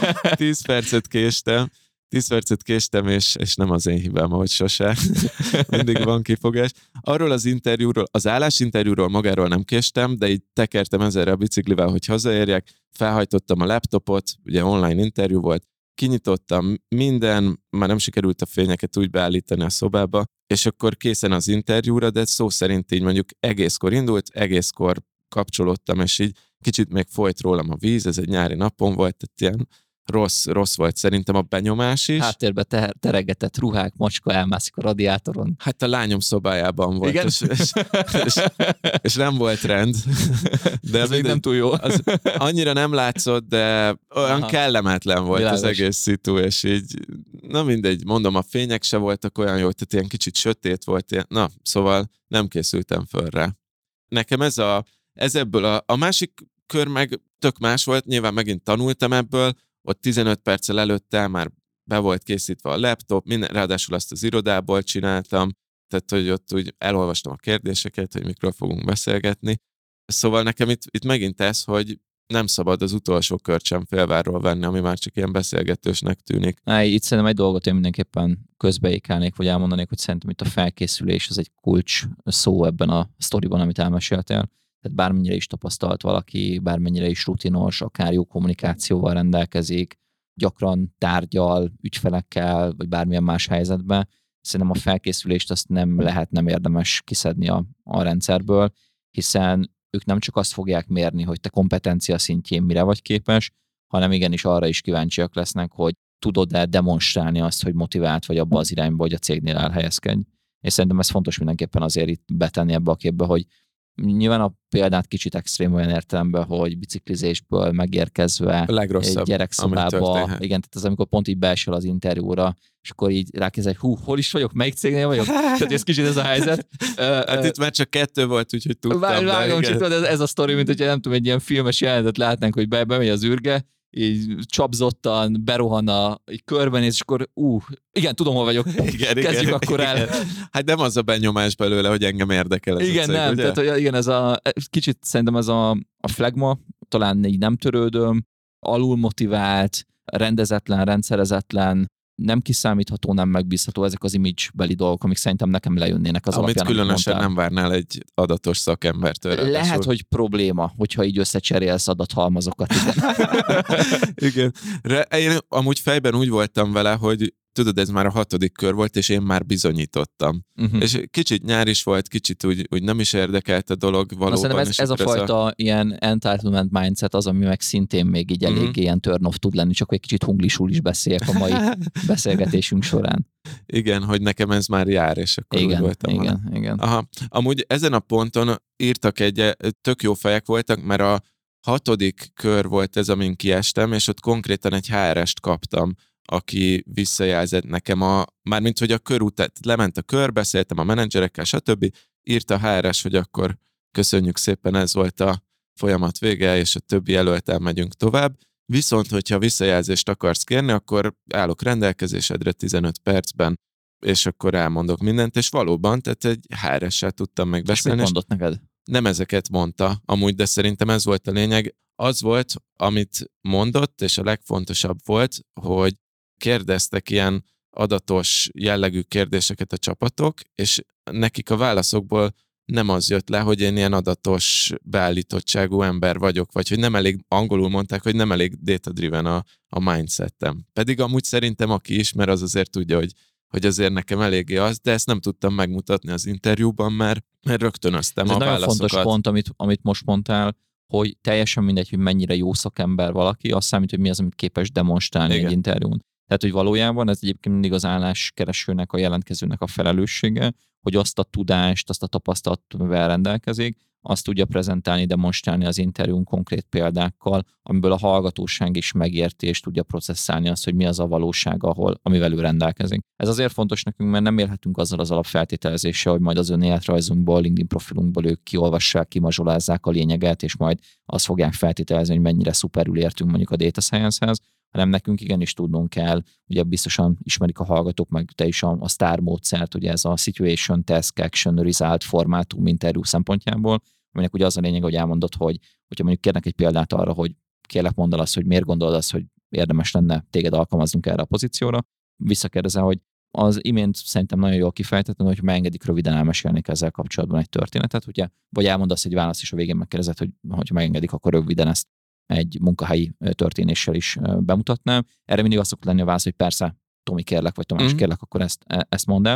tíz percet késtem. tíz percet késtem, és, és nem az én hibám, ahogy sose. Mindig van kifogás. Arról az interjúról, az állásinterjúról magáról nem késtem, de így tekertem ezerre a biciklivel, hogy hazaérjek, felhajtottam a laptopot, ugye online interjú volt, kinyitottam minden, már nem sikerült a fényeket úgy beállítani a szobába, és akkor készen az interjúra, de szó szerint így mondjuk egészkor indult, egészkor kapcsolódtam, és így kicsit még folyt rólam a víz, ez egy nyári napon volt, tehát ilyen rossz, rossz volt szerintem a benyomás is. Háttérbe ter- teregetett ruhák, macska elmászik a radiátoron. Hát a lányom szobájában volt. Igen? És, és, és, és nem volt rend. De ez még nem túl jó. Az annyira nem látszott, de olyan Aha. kellemetlen volt Világos. Az egész szitu, és így, na mindegy, mondom, a fények se voltak olyan jó, tehát ilyen kicsit sötét volt, ilyen, na, szóval nem készültem föl rá. Nekem ez a, ez ebből a, a másik kör meg tök más volt, nyilván megint tanultam ebből, ott tizenöt perccel előtte már be volt készítve a laptop, minden, ráadásul azt az irodából csináltam, tehát hogy ott úgy elolvastam a kérdéseket, hogy mikről fogunk beszélgetni. Szóval nekem itt, itt megint ez, hogy nem szabad az utolsó kört sem félvárról venni, ami már csak ilyen beszélgetősnek tűnik. Á, itt szerintem egy dolgot én mindenképpen közbeékelnék, vagy elmondanék, hogy szerintem itt a felkészülés az egy kulcs szó ebben a sztoriban, amit elmeséltél. Tehát bármennyire is tapasztalt valaki, bármennyire is rutinos, akár jó kommunikációval rendelkezik, gyakran tárgyal, ügyfelekkel, vagy bármilyen más helyzetben, szerintem a felkészülést azt nem lehet, nem érdemes kiszedni a, a rendszerből, hiszen ők nem csak azt fogják mérni, hogy te kompetencia szintjén mire vagy képes, hanem igenis arra is kíváncsiak lesznek, hogy tudod-e demonstrálni azt, hogy motivált vagy abba az irányba, hogy a cégnél elhelyezkedj. És szerintem ez fontos mindenképpen azért itt betenni ebbe a képbe, hogy nyilván a példát kicsit extrém olyan értelemben, hogy biciklizésből megérkezve egy gyerekszobába, igen, tehát az, amikor pont így beesel az interjúra, és akkor így rákezdek, hú, hol is vagyok, melyik cégnél vagyok? Tehát ez kicsit ez a helyzet. Hát itt már csak kettő volt, úgyhogy tudtam. Vág, vágom, csak ez, ez a sztori, mint hogyha nem tudom, egy ilyen filmes jelenetet látnánk, hogy be, bemegy az űrge, így csapzottan berohan a egy körben, és akkor ú, igen, tudom, hol vagyok. Igen, Kezdjük igen, akkor el. Igen. Hát nem az a benyomás belőle, hogy engem érdekel ez igen, a cég, nem, ugye? tehát hogy igen, ez a, kicsit szerintem ez a, a flagma, talán így nem törődöm, alul motivált, rendezetlen, rendszerezetlen, nem kiszámítható, nem megbízható, ezek az image-beli dolgok, amik szerintem nekem lejönnének az amit alapján. Amit különösen nem várnál egy adatos szakembertől. Lehet, ráadásul. Hogy probléma, hogyha így összecserélsz adathalmazokat. Igen. igen. Én amúgy fejben úgy voltam vele, hogy tudod, ez már a hatodik kör volt, és én már bizonyítottam. Uh-huh. És kicsit nyár is volt, kicsit úgy, úgy nem is érdekelt a dolog valóban. Na, ez, ez a fajta a... ilyen entitlement mindset az, ami meg szintén még így elég uh-huh. ilyen turn off tud lenni, csak egy kicsit hunglisul is beszéljek a mai beszélgetésünk során. Igen, hogy nekem ez már jár, és akkor igen, úgy voltam. Igen, vele. igen. Aha. Amúgy ezen a ponton írtak egy, tök jó fejek voltak, mert a hatodik kör volt ez, amin kiestem, és ott konkrétan egy há er est kaptam, aki visszajelzett nekem a, mármint, hogy a kör után, lement a kör, beszéltem a menedzserekkel, stb. Írt a há er es, hogy akkor köszönjük szépen, ez volt a folyamat vége, és a többi jelöltel megyünk tovább. Viszont, hogyha visszajelzést akarsz kérni, akkor állok rendelkezésedre tizenöt percben, és akkor elmondok mindent, és valóban, tehát egy há er essel tudtam megbeszélni. És mit mondott neked? Nem ezeket mondta, amúgy, de szerintem ez volt a lényeg. Az volt, amit mondott, és a legfontosabb volt, hogy kérdeztek ilyen adatos jellegű kérdéseket a csapatok, és nekik a válaszokból nem az jött le, hogy én ilyen adatos beállítottságú ember vagyok, vagy hogy nem elég, angolul mondták, hogy nem elég data-driven a, a mindsetem. Pedig amúgy szerintem aki ismer, az azért tudja, hogy, hogy azért nekem eléggé az, de ezt nem tudtam megmutatni az interjúban, mert, mert rögtönöztem Ez a nagyon válaszokat. Fontos pont, amit, amit most mondtál, hogy teljesen mindegy, hogy mennyire jó szakember valaki, azt számít, hogy mi az, amit képes demonstrálni Igen. egy interjún. Tehát, hogy valójában ez egyébként mindig az álláskeresőnek, a jelentkezőnek a felelőssége, hogy azt a tudást, azt a tapasztalatot, amivel rendelkezik, azt tudja prezentálni, demonstrálni az interjún konkrét példákkal, amiből a hallgatóság is megérti, és tudja processzálni azt, hogy mi az a valóság, ahol, amivel ő rendelkezik. Ez azért fontos nekünk, mert nem élhetünk azzal az alapfeltételezéssel, hogy majd az önéletrajzunkból, LinkedIn profilunkból ők kiolvassák, kimazsolázzák a lényeget, és majd azt fogják feltételezni, hogy mennyire szuperül értünk mondjuk a data science-hez, hanem nekünk igenis tudnunk kell, ugye biztosan ismerik a hallgatók, meg te is a, a STAR módszert, ugye ez a Situation, Task, Action, Result formátum interjú szempontjából, aminek ugye az a lényeg, hogy elmondod, hogy hogyha mondjuk kérnek egy példát arra, hogy kérlek mondd el azt, hogy miért gondolod azt, hogy érdemes lenne téged alkalmaznunk erre a pozícióra, visszakérdezel, hogy az imént szerintem nagyon jól kifejtettem, hogy megengedik röviden elmesélnék ezzel kapcsolatban egy történetet, ugye, vagy elmondasz egy választ, és a végén megkérdezed, hogy ha megengedik, akkor röviden ezt egy munkahelyi történéssel is bemutatnám. Erre mindig azt szokott lenni a válasz, hogy persze, Tomi kérlek, vagy Tamás mm. kérlek, akkor ezt, ezt mondd el.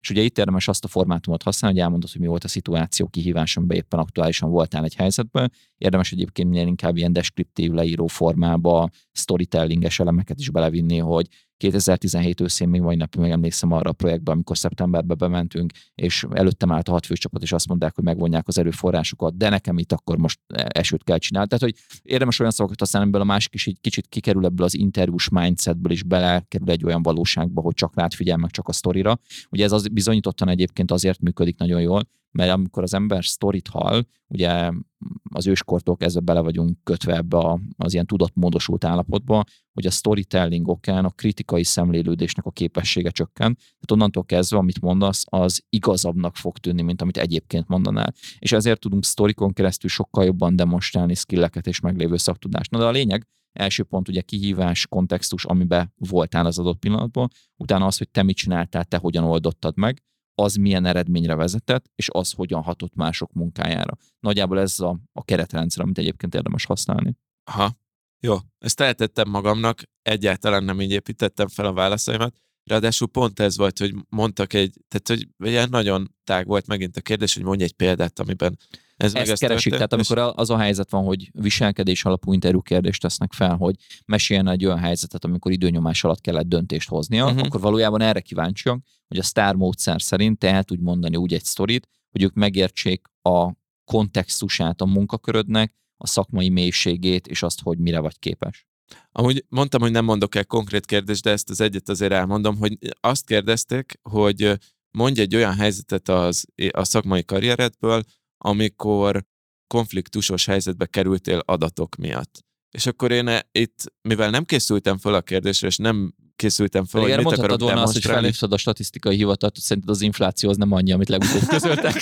És ugye itt érdemes azt a formátumot használni, hogy elmondod, hogy mi volt a szituáció, kihívás, amiben éppen aktuálisan voltál egy helyzetben. Érdemes egyébként minél inkább ilyen deskriptív leíró formába, storytellinges elemeket is belevinni, hogy kétezer-tizenhét őszén még mai napig megemlékszem arra a projektbe, amikor szeptemberbe bementünk, és előttem állt a hat főcsapat, és azt mondták, hogy megvonják az erőforrásokat, de nekem itt akkor most esőt kell csinálni. Tehát, hogy érdemes olyan szavakat használni, amiből a másik is így kicsit kikerül ebből az interjús mindsetből, és belekerül egy olyan valóságba, hogy csak rád figyel meg csak a sztorira. Ugye ez az bizonyítottan egyébként azért működik nagyon jól, mert amikor az ember sztorit hall, ugye az őskortól kezdve bele vagyunk kötve ebbe az ilyen tudatmódosult állapotba, hogy a storytelling okán a kritikai szemlélődésnek a képessége csökken. Tehát onnantól kezdve, amit mondasz, az igazabbnak fog tűnni, mint amit egyébként mondanál. És ezért tudunk sztorikon keresztül sokkal jobban demonstrálni skilleket és meglévő szaktudást. Na de a lényeg, első pont ugye kihívás, kontextus, amiben voltál az adott pillanatban, utána az, hogy te mit csináltál, te hogyan oldottad meg, az milyen eredményre vezetett, és az hogyan hatott mások munkájára. Nagyjából ez a, a keretrendszer, amit egyébként érdemes használni. Aha, jó. Ezt eltettem magamnak, egyáltalán nem így építettem fel a válaszaimat. Ráadásul pont ez volt, hogy mondtak egy, tehát hogy ilyen nagyon tág volt megint a kérdés, hogy mondj egy példát, amiben ez Ezt keresik, történt, tehát amikor az a helyzet van, hogy viselkedés alapú interjú kérdést tesznek fel, hogy meséljen egy olyan helyzetet, amikor időnyomás alatt kellett döntést hoznia, uh-huh. akkor valójában erre kíváncsiak, hogy a sztár módszer szerint te el tudj mondani úgy egy sztorit, hogy ők megértsék a kontextusát a munkakörödnek, a szakmai mélységét, és azt, hogy mire vagy képes. Amúgy mondtam, hogy nem mondok el konkrét kérdést, de ezt az egyet azért elmondom, hogy azt kérdezték, hogy mondj egy olyan helyzetet az, a szakmai karrieredből, amikor konfliktusos helyzetbe kerültél adatok miatt. És akkor én itt, mivel nem készültem fel a kérdésre, és nem készültem fel, hogy mit akarok volna demonstrálni. azt, hogy felhívtad a statisztikai hivatalt, hogy szerinted az infláció az nem annyi, amit legutóbb közöltek.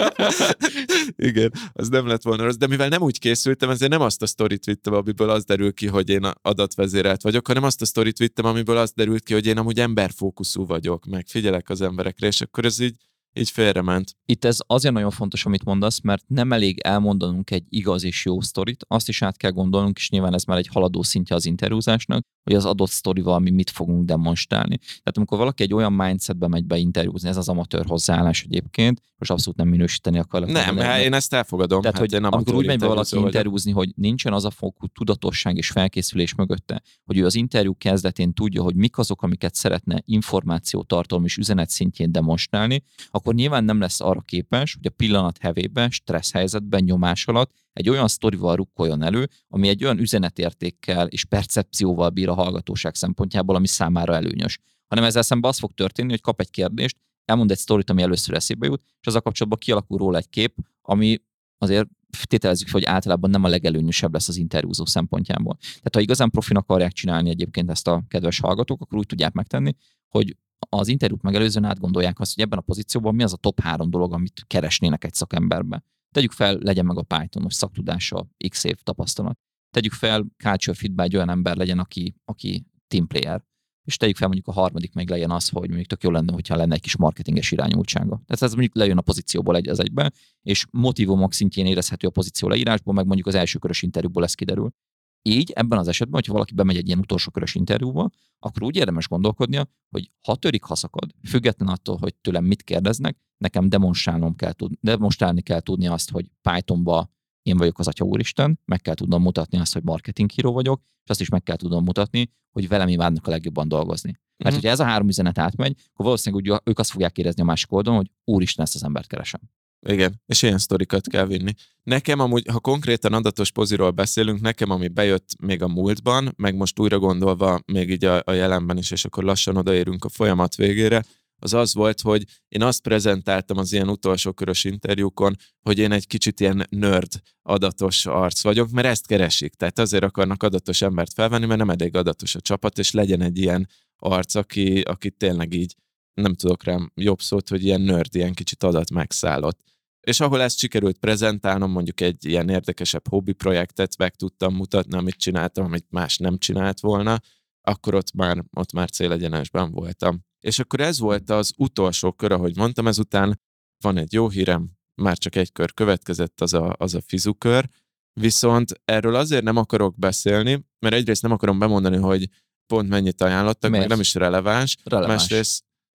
Igen, az nem lett volna rossz, de mivel nem úgy készültem, ezért nem azt a sztorit vittem, amiből az derül ki, hogy én adatvezérelt vagyok, hanem azt a sztorit vittem, amiből az derült ki, hogy én amúgy emberfókuszú vagyok, meg figyelek az emberekre, és akkor ez így Így félrement. Itt ez azért nagyon fontos, amit mondasz, mert nem elég elmondanunk egy igaz és jó sztorit, azt is át kell gondolnunk, és nyilván ez már egy haladó szintje az interjúzásnak, hogy az adott sztorival mi mit fogunk demonstrálni. Tehát amikor valaki egy olyan mindsetbe megy be interjúzni, ez az amatőr hozzáállás egyébként, most abszolút nem minősíteni akarok. Nem, mondani, hát én ezt elfogadom. Tehát, hát hogy amikor úgy megy be valaki interjúzni, hogy nincsen az a fokú tudatosság és felkészülés mögötte, hogy ő az interjú kezdetén tudja, hogy mik azok, amiket szeretne információtartalom és üzenet szintjén demonstrálni, akkor nyilván nem lesz arra képes, hogy a pillanat hevében, stressz helyzetben, nyomás alatt egy olyan sztorival rukkoljon elő, ami egy olyan üzenetértékkel és percepcióval bír a hallgatóság szempontjából, ami számára előnyös. Hanem ezzel szemben az fog történni, hogy kap egy kérdést, elmond egy sztorit, ami először eszébe jut, és azzal kapcsolatban kialakul róla egy kép, ami azért tételezzük fel, hogy általában nem a legelőnyösebb lesz az interjúzó szempontjából. Tehát ha igazán profin akarják csinálni egyébként ezt a kedves hallgatók, akkor úgy tudják megtenni, hogy az interjút megelőzően átgondolják azt, hogy ebben a pozícióban mi az a top három dolog, amit keresnének egy szakemberbe. Tegyük fel, legyen meg a Pythonos szaktudása, x év tapasztalat. Tegyük fel, culture fitben egy olyan ember legyen, aki, aki team player. És tegyük fel mondjuk a harmadik meg legyen az, hogy mondjuk tök jó lenne, hogyha lenne egy kis marketinges irányultsága. Tehát ez mondjuk lejön a pozícióból egy az egybe, és motivumok szintjén érezhető a pozíció leírásból, meg mondjuk az első körös interjúból ez kiderül. Így ebben az esetben, hogyha valaki bemegy egy ilyen utolsó körös interjúba, akkor úgy érdemes gondolkodnia, hogy ha törik, ha szakad, független attól, hogy tőlem mit kérdeznek, nekem demonstrálnom kell tudni, demonstrálni kell tudni azt, hogy Pythonba én vagyok az Atya Úristen, meg kell tudnom mutatni azt, hogy marketinghíró vagyok, és azt is meg kell tudnom mutatni, hogy velem imádnak a legjobban dolgozni. Mert uh-huh. hogyha ez a három üzenet átmegy, akkor valószínűleg úgy, ők azt fogják érezni a másik oldalon, hogy Úristen, ezt az embert keresem. Igen, és ilyen sztorikat kell vinni. Nekem amúgy, ha konkrétan adatos poziról beszélünk, nekem ami bejött még a múltban, meg most újra gondolva még így a, a jelenben is, és akkor lassan odaérünk a folyamat végére, az az volt, hogy én azt prezentáltam az ilyen utolsó körös interjúkon, hogy én egy kicsit ilyen nerd adatos arc vagyok, mert ezt keresik. Tehát azért akarnak adatos embert felvenni, mert nem elég adatos a csapat, és legyen egy ilyen arc, aki, aki tényleg így, nem tudok rám jobb szót, hogy ilyen nerd, ilyen kicsit adat megszállott. És ahol ezt sikerült prezentálnom, mondjuk egy ilyen érdekesebb hobbi projektet meg tudtam mutatni, amit csináltam, amit más nem csinált volna, akkor ott már, ott már célegyenesben voltam. És akkor ez volt az utolsó kör, ahogy mondtam, ezután van egy jó hírem, már csak egy kör következett, az a, az a fizukör, viszont erről azért nem akarok beszélni, mert egyrészt nem akarom bemondani, hogy pont mennyit ajánlottak, Miért? meg nem is releváns. Releváns. Másrészt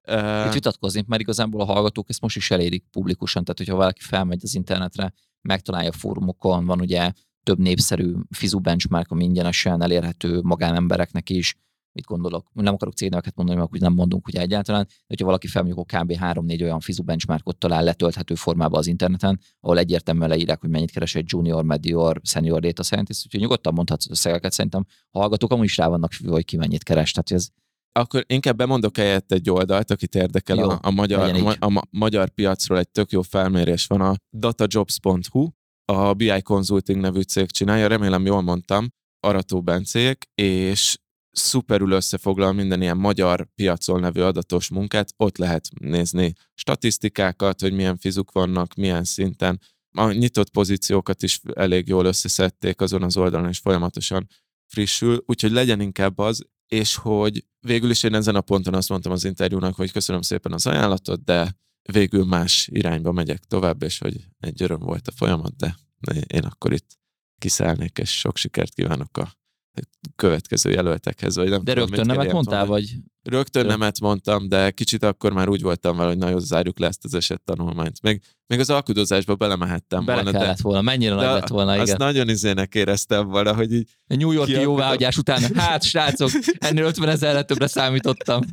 Uh, Itt vitatkozni, mert igazából a hallgatók ezt most is elérik publikusan, tehát hogyha valaki felmegy az internetre, megtalálja fórumokon, van ugye több népszerű fizu benchmark, ami ingyenesen elérhető magánembereknek is. Mit gondolok? Nem akarok cégneveket mondani, mert úgy nem mondunk ugye egyáltalán, de hogyha valaki fel mondjuk kb. három-négy olyan fizu benchmarkot talál letölthető formában az interneten, ahol egyértelműen leírják, hogy mennyit keres egy junior, medior, senior data scientist, úgyhogy nyugodtan mondhatsz összegeket, szerintem a hallgatók amúgy is rá vannak függve, hogy ki mennyit keres. Tehát ez Akkor inkább bemondok helyett egy oldalt, akit érdekel jó, a, a, magyar, a, a, a magyar piacról, egy tök jó felmérés van, a datajobs pont hu, a bé i Consulting nevű cég csinálja, remélem jól mondtam, Arató Bencék, és szuperül összefoglal minden ilyen magyar piacon levő adatos munkát, ott lehet nézni statisztikákat, hogy milyen fizuk vannak, milyen szinten. A nyitott pozíciókat is elég jól összeszedték azon az oldalon, és folyamatosan frissül, úgyhogy legyen inkább az, és hogy végül is én ezen a ponton azt mondtam az interjúnak, hogy köszönöm szépen az ajánlatot, de végül más irányba megyek tovább, és hogy egy öröm volt a folyamat, de én akkor itt kiszállnék, és sok sikert kívánok a következő jelöltekhez. Vagy nem de tudom, rögtön nemet mondtál, vagy? Rögtön nemet mondtam, de kicsit akkor már úgy voltam vele, hogy nagyon zárjuk le ezt az esettanulmányt. Még, még az alkudozásba belemehettem Bele volna. kellett de, volna, mennyire nagy lett volna, igen. Azt nagyon izének éreztem volna, hogy így... A New York-i jóváhagyás után, hát srácok, ennél ötven ezerre többre számítottam.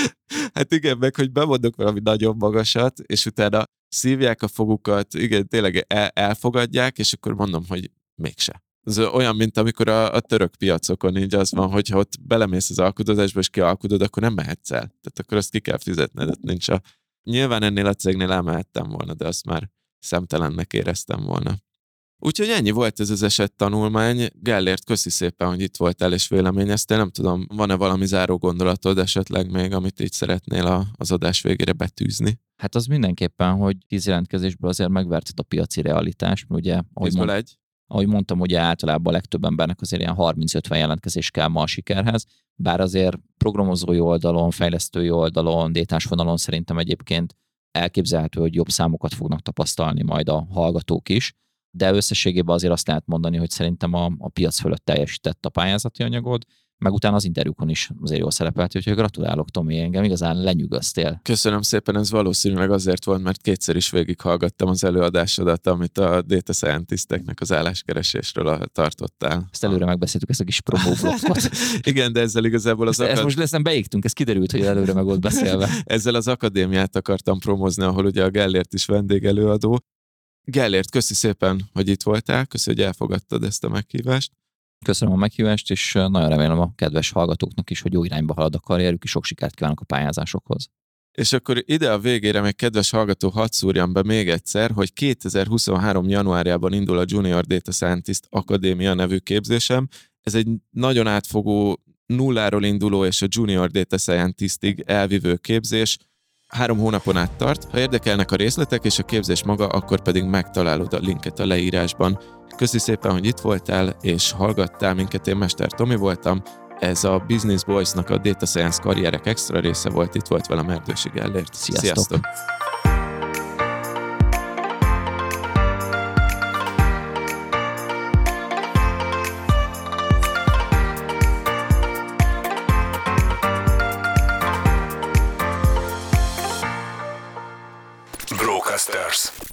Hát igen, meg hogy bemondok valami nagyon magasat, és utána szívják a fogukat, igen, tényleg el, elfogadják, és akkor mondom, hogy mégse. Ez olyan, mint amikor a, a török piacokon így az van, hogyha ott belemész az alkudozásba, és kialkudod, akkor nem mehetsz el. Tehát akkor azt ki kell fizetned, nincs a... Nyilván ennél a cégnél elmehettem volna, de azt már szemtelennek éreztem volna. Úgyhogy ennyi volt ez az esettanulmány. Gellért, köszi szépen, hogy itt voltál és véleményeztél. Nem tudom, van-e valami záró gondolatod esetleg még, amit így szeretnél a, az adás végére betűzni? Hát az mindenképpen, hogy tíz jelentkezésből azért megverted a piaci realitást, ugye, ahogy, mond, egy. ahogy mondtam, ugye általában a legtöbb embernek azért ilyen harminc-ötven jelentkezés kell ma a sikerhez, bár azért programozói oldalon, fejlesztői oldalon, détás vonalon szerintem egyébként elképzelhető, hogy jobb számokat fognak tapasztalni majd a hallgatók is, de összességében azért azt lehet mondani, hogy szerintem a, a piac fölött teljesített a pályázati anyagod, meg utána az interjúkon is azért jól szerepelt, úgyhogy gratulálok, Tomi, engem igazán lenyűgöztél. Köszönöm szépen, ez valószínűleg azért volt, mert kétszer is végighallgattam az előadásodat, amit a data scientisteknek az álláskeresésről tartottál. Ezt előre megbeszéltük, ezt a kis promóblokkot. Igen, de ezzel igazából az... Ezt, akad... ezt most leszen beégtünk, ez kiderült, hogy előre meg volt beszélve. Ezzel az akadémiát akartam promózni, ahol ugye a Gellért is vendégelőadó. Gellért, köszi szépen, hogy itt voltál, köszi, hogy elfogadtad ezt a meghívást. Köszönöm a meghívást, és nagyon remélem a kedves hallgatóknak is, hogy jó irányba halad a karrierük, és sok sikert kívánok a pályázásokhoz. És akkor ide a végére még kedves hallgató, hadd szúrjam be még egyszer, hogy kétezer-huszonhárom januárjában indul a Junior Data Scientist Akadémia nevű képzésem. Ez egy nagyon átfogó, nulláról induló és a Junior Data Scientistig elvívő képzés. Három hónapon át tart. Ha érdekelnek a részletek és a képzés maga, akkor pedig megtalálod a linket a leírásban. Köszi szépen, hogy itt voltál és hallgattál minket, én Mester Tomi voltam. Ez a Business Boys-nak a Data Science karrierek extra része volt, itt volt velem Erdősi Gellért. Sziasztok! Sziasztok. Brocasters.